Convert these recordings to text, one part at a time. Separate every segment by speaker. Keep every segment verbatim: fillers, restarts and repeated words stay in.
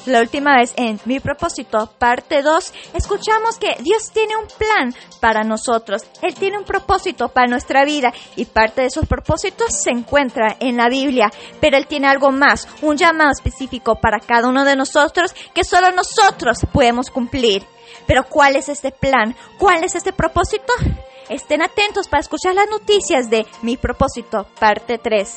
Speaker 1: La última vez en Mi Propósito, parte dos, escuchamos que Dios tiene un plan para nosotros. Él tiene un propósito para nuestra vida y parte de esos propósitos se encuentra en la Biblia. Pero Él tiene algo más, un llamado específico para cada uno de nosotros que solo nosotros podemos cumplir. Pero ¿cuál es este plan? ¿Cuál es este propósito? Estén atentos para escuchar las noticias de Mi Propósito, parte tres.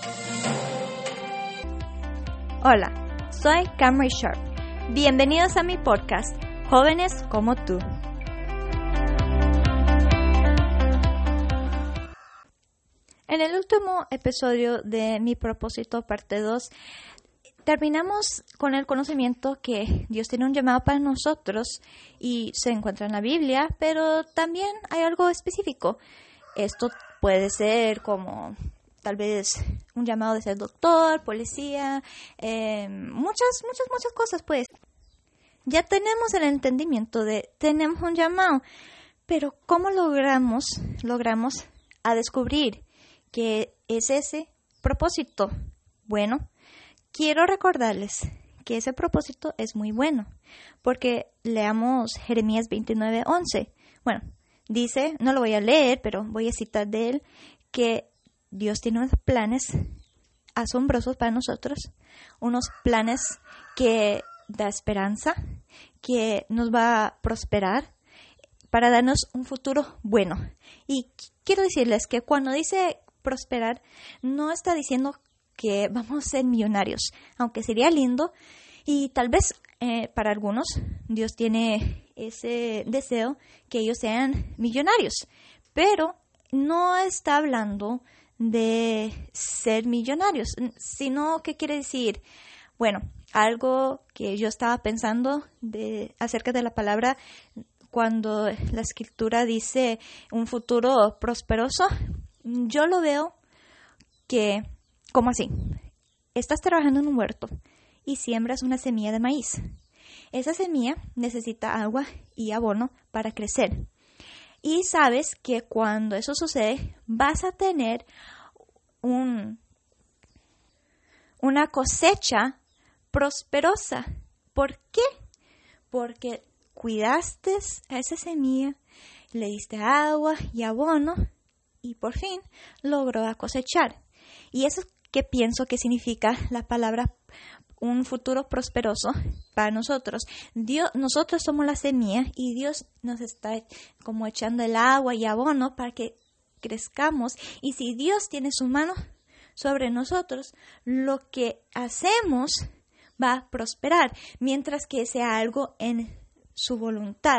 Speaker 1: Hola. Soy Camry Sharp. Bienvenidos a mi podcast, Jóvenes como tú. En el último episodio de Mi Propósito, parte dos, terminamos con el conocimiento que Dios tiene un llamado para nosotros y se encuentra en la Biblia, pero también hay algo específico. Esto puede ser como tal vez un llamado de ser doctor, policía, eh, muchas, muchas, muchas cosas, pues. Ya tenemos el entendimiento de, tenemos un llamado, pero ¿cómo logramos, logramos a descubrir que es ese propósito? Bueno, quiero recordarles que ese propósito es muy bueno, porque leamos Jeremías veintinueve once. Bueno, dice, no lo voy a leer, pero voy a citar de él, que Dios tiene unos planes asombrosos para nosotros, unos planes que da esperanza, que nos va a prosperar para darnos un futuro bueno. Y quiero decirles que cuando dice prosperar, no está diciendo que vamos a ser millonarios, aunque sería lindo y tal vez eh, para algunos Dios tiene ese deseo que ellos sean millonarios, pero no está hablando de ser millonarios, sino que quiere decir, bueno, algo que yo estaba pensando de acerca de la palabra cuando la escritura dice un futuro prosperoso, yo lo veo que, como así, estás trabajando en un huerto y siembras una semilla de maíz. Esa semilla necesita agua y abono para crecer. Y sabes que cuando eso sucede, vas a tener un, una cosecha prosperosa. ¿Por qué? Porque cuidaste a esa semilla, le diste agua y abono y por fin logró cosechar. Y eso es que pienso que significa la palabra un futuro prosperoso para nosotros. Dios, nosotros somos la semilla y Dios nos está como echando el agua y abono para que crezcamos. Y si Dios tiene su mano sobre nosotros, lo que hacemos va a prosperar, mientras que sea algo en su voluntad.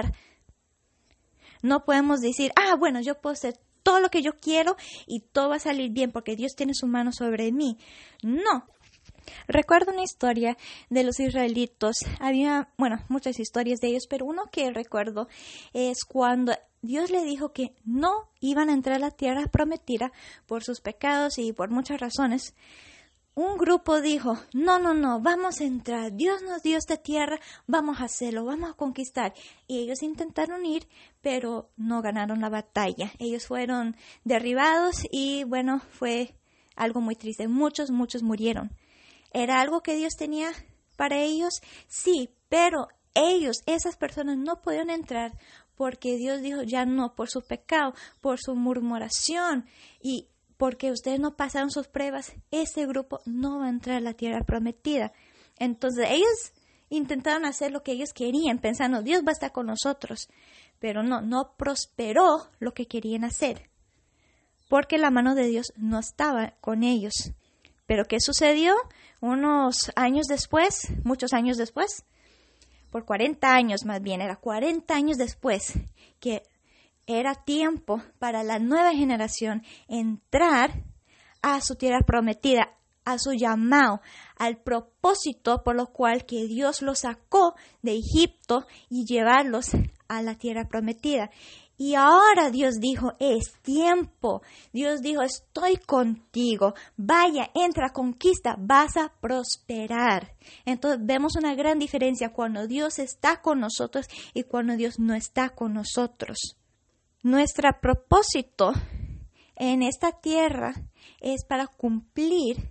Speaker 1: No podemos decir, ah, bueno, yo puedo hacer todo lo que yo quiero y todo va a salir bien porque Dios tiene su mano sobre mí. No. Recuerdo una historia de los israelitos. Había, bueno, muchas historias de ellos, pero uno que recuerdo es cuando Dios le dijo que no iban a entrar a la tierra prometida por sus pecados y por muchas razones. Un grupo dijo, no, no, no, vamos a entrar. Dios nos dio esta tierra, vamos a hacerlo, vamos a conquistar. Y ellos intentaron ir, pero no ganaron la batalla. Ellos fueron derribados y, bueno, fue algo muy triste. Muchos, muchos murieron. ¿Era algo que Dios tenía para ellos? Sí, pero ellos, esas personas no podían entrar porque Dios dijo ya no, por su pecado, por su murmuración y porque ustedes no pasaron sus pruebas, ese grupo no va a entrar a la tierra prometida. Entonces ellos intentaron hacer lo que ellos querían, pensando Dios va a estar con nosotros, pero no, no prosperó lo que querían hacer, porque la mano de Dios no estaba con ellos. ¿Pero qué sucedió? Unos años después, muchos años después, por cuarenta años más bien, era cuarenta años después, que era tiempo para la nueva generación entrar a su tierra prometida, a su llamado, al propósito por lo cual que Dios los sacó de Egipto y llevarlos a la tierra prometida. Y ahora Dios dijo, es tiempo. Dios dijo, estoy contigo. Vaya, entra, conquista, vas a prosperar. Entonces vemos una gran diferencia cuando Dios está con nosotros y cuando Dios no está con nosotros. Nuestro propósito en esta tierra es para cumplir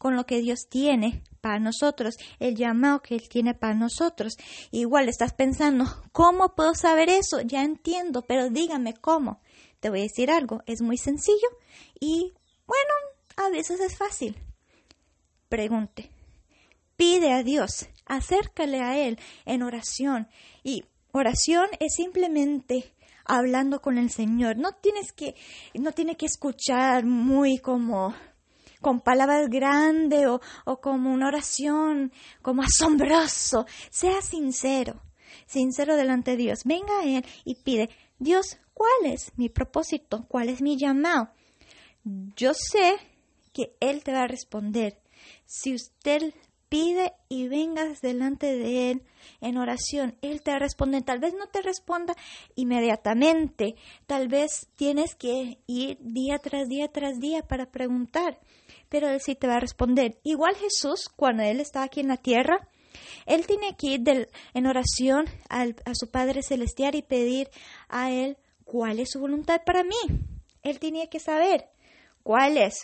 Speaker 1: con lo que Dios tiene para nosotros, el llamado que Él tiene para nosotros. Igual estás pensando, ¿cómo puedo saber eso? Ya entiendo, pero dígame cómo. Te voy a decir algo, es muy sencillo y bueno, a veces es fácil. Pregunte, pide a Dios, acércale a Él en oración. Y oración es simplemente hablando con el Señor. No tienes que, no tiene que escuchar muy como con palabras grandes o, o como una oración como asombroso. Sea sincero, sincero delante de Dios. Venga a Él y pide, Dios, ¿cuál es mi propósito? ¿Cuál es mi llamado? Yo sé que Él te va a responder. Si usted pide y vengas delante de Él en oración, Él te va a responder. Tal vez no te responda inmediatamente. Tal vez tienes que ir día tras día tras día para preguntar. Pero Él sí te va a responder. Igual Jesús, cuando Él estaba aquí en la tierra, Él tiene que ir del, en oración al, a su Padre Celestial y pedir a Él cuál es su voluntad para mí. Él tenía que saber cuál es.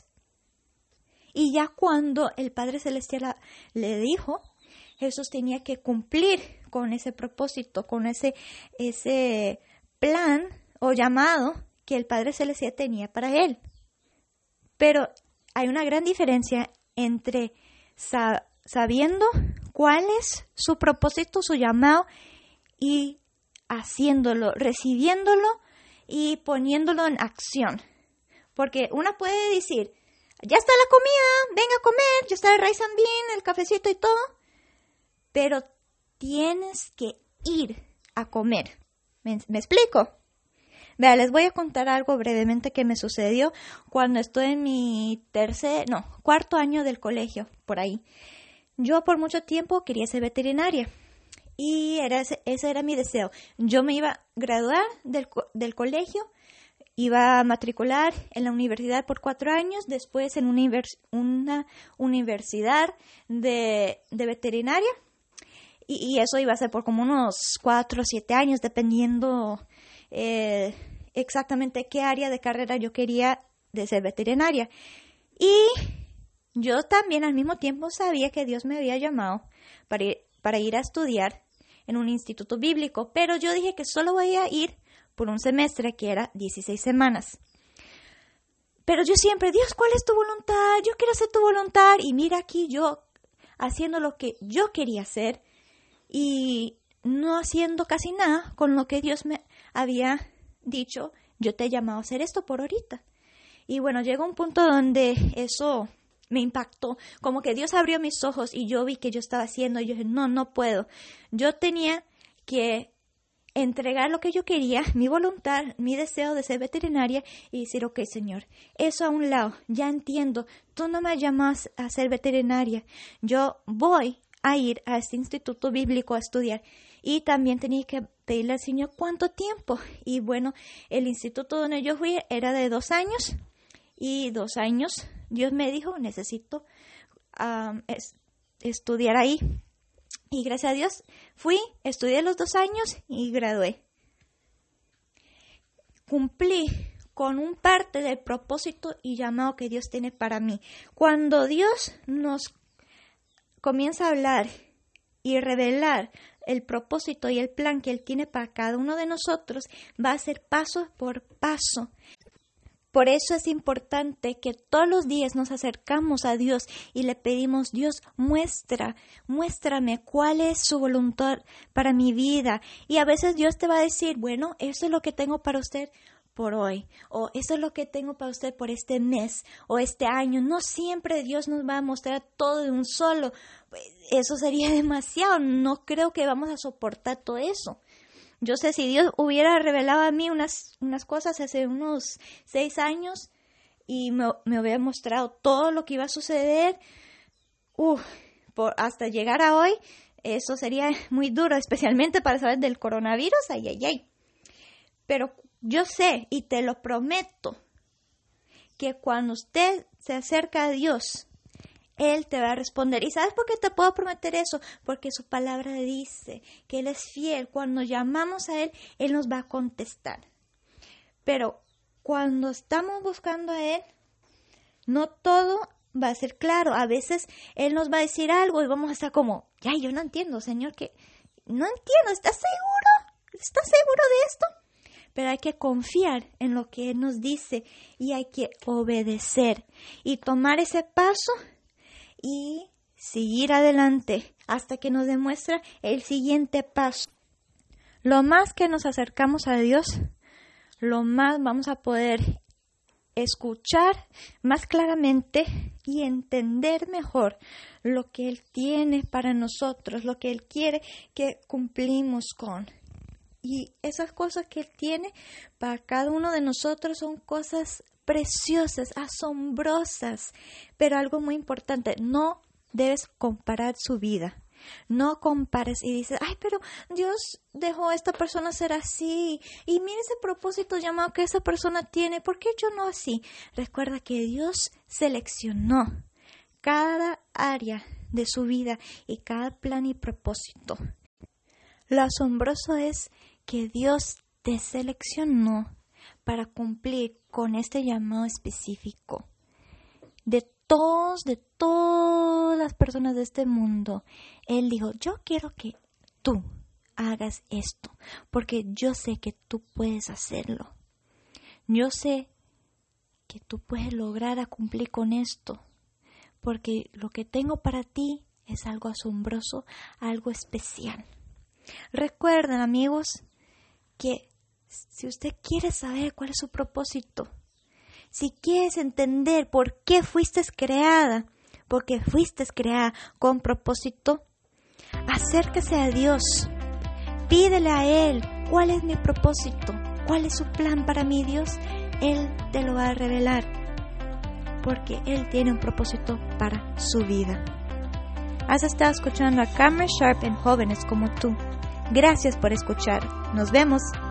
Speaker 1: Y ya cuando el Padre Celestial le dijo, Jesús tenía que cumplir con ese propósito, con ese, ese plan o llamado que el Padre Celestial tenía para Él. Pero hay una gran diferencia entre sa- sabiendo cuál es su propósito, su llamado, y haciéndolo, recibiéndolo y poniéndolo en acción. Porque uno puede decir, ya está la comida, venga a comer, ya está el rice and bean, el cafecito y todo. Pero tienes que ir a comer. ¿Me, me explico? Vea, les voy a contar algo brevemente que me sucedió cuando estoy en mi tercer, no, cuarto año del colegio, por ahí. Yo por mucho tiempo quería ser veterinaria y era ese, ese era mi deseo. Yo me iba a graduar del, del colegio, iba a matricular en la universidad por cuatro años, después en una, univers, una universidad de, de veterinaria y, y eso iba a ser por como unos cuatro o siete años, dependiendo eh, exactamente qué área de carrera yo quería de ser veterinaria. Y yo también al mismo tiempo sabía que Dios me había llamado para ir, para ir a estudiar en un instituto bíblico, pero yo dije que solo voy a ir por un semestre, que era dieciséis semanas. Pero yo siempre, Dios, ¿cuál es tu voluntad? Yo quiero hacer tu voluntad. Y mira aquí yo haciendo lo que yo quería hacer y no haciendo casi nada con lo que Dios me había dicho. Yo te he llamado a hacer esto por ahorita. Y bueno, llegó un punto donde eso me impactó. Como que Dios abrió mis ojos y yo vi que yo estaba haciendo. Y yo dije, no, no puedo. Yo tenía que entregar lo que yo quería, mi voluntad, mi deseo de ser veterinaria y decir, ok, Señor, eso a un lado, ya entiendo, tú no me llamas a ser veterinaria, yo voy a ir a este instituto bíblico a estudiar. Y también tenía que pedirle al Señor cuánto tiempo. Y bueno, el instituto donde yo fui era de dos años y dos años Dios me dijo, necesito um, es, estudiar ahí. Y gracias a Dios fui, estudié los dos años y gradué. Cumplí con un parte del propósito y llamado que Dios tiene para mí. Cuando Dios nos comienza a hablar y revelar el propósito y el plan que Él tiene para cada uno de nosotros, va a ser paso por paso. Por eso es importante que todos los días nos acercamos a Dios y le pedimos, Dios, muestra, muéstrame cuál es su voluntad para mi vida. Y a veces Dios te va a decir, bueno, eso es lo que tengo para usted por hoy, o eso es lo que tengo para usted por este mes o este año. No siempre Dios nos va a mostrar todo de un solo. Eso sería demasiado. No creo que vamos a soportar todo eso. Yo sé, si Dios hubiera revelado a mí unas, unas cosas hace unos seis años y me, me hubiera mostrado todo lo que iba a suceder, uh, por, hasta llegar a hoy, eso sería muy duro, especialmente para saber del coronavirus, ay, ay, ay. Pero yo sé y te lo prometo que cuando usted se acerca a Dios, Él te va a responder. ¿Y sabes por qué te puedo prometer eso? Porque su palabra dice que Él es fiel. Cuando llamamos a Él, Él nos va a contestar. Pero cuando estamos buscando a Él, no todo va a ser claro. A veces Él nos va a decir algo y vamos a estar como, ya, yo no entiendo, Señor, que no entiendo, ¿estás seguro? ¿Estás seguro de esto? Pero hay que confiar en lo que Él nos dice y hay que obedecer y tomar ese paso y seguir adelante hasta que nos demuestra el siguiente paso. Lo más que nos acercamos a Dios, lo más vamos a poder escuchar más claramente y entender mejor lo que Él tiene para nosotros, lo que Él quiere que cumplimos con. Y esas cosas que Él tiene para cada uno de nosotros son cosas preciosas, asombrosas. Pero algo muy importante, no debes comparar su vida. No compares y dices, ay, pero Dios dejó a esta persona ser así. Y mira ese propósito llamado que esa persona tiene. ¿Por qué yo no así? Recuerda que Dios seleccionó cada área de su vida y cada plan y propósito. Lo asombroso es que Dios te seleccionó para cumplir con este llamado específico. De todos, de todas las personas de este mundo, Él dijo, yo quiero que tú hagas esto, porque yo sé que tú puedes hacerlo. Yo sé que tú puedes lograr a cumplir con esto, porque lo que tengo para ti es algo asombroso, algo especial. Recuerden, amigos, que si usted quiere saber cuál es su propósito, si quieres entender por qué fuiste creada, porque fuiste creada con propósito, acérquese a Dios, pídele a Él cuál es mi propósito, cuál es su plan para mí, Dios. Él te lo va a revelar, porque Él tiene un propósito para su vida. Has estado escuchando a Cameron Sharp en Jóvenes como tú. Gracias por escuchar. Nos vemos.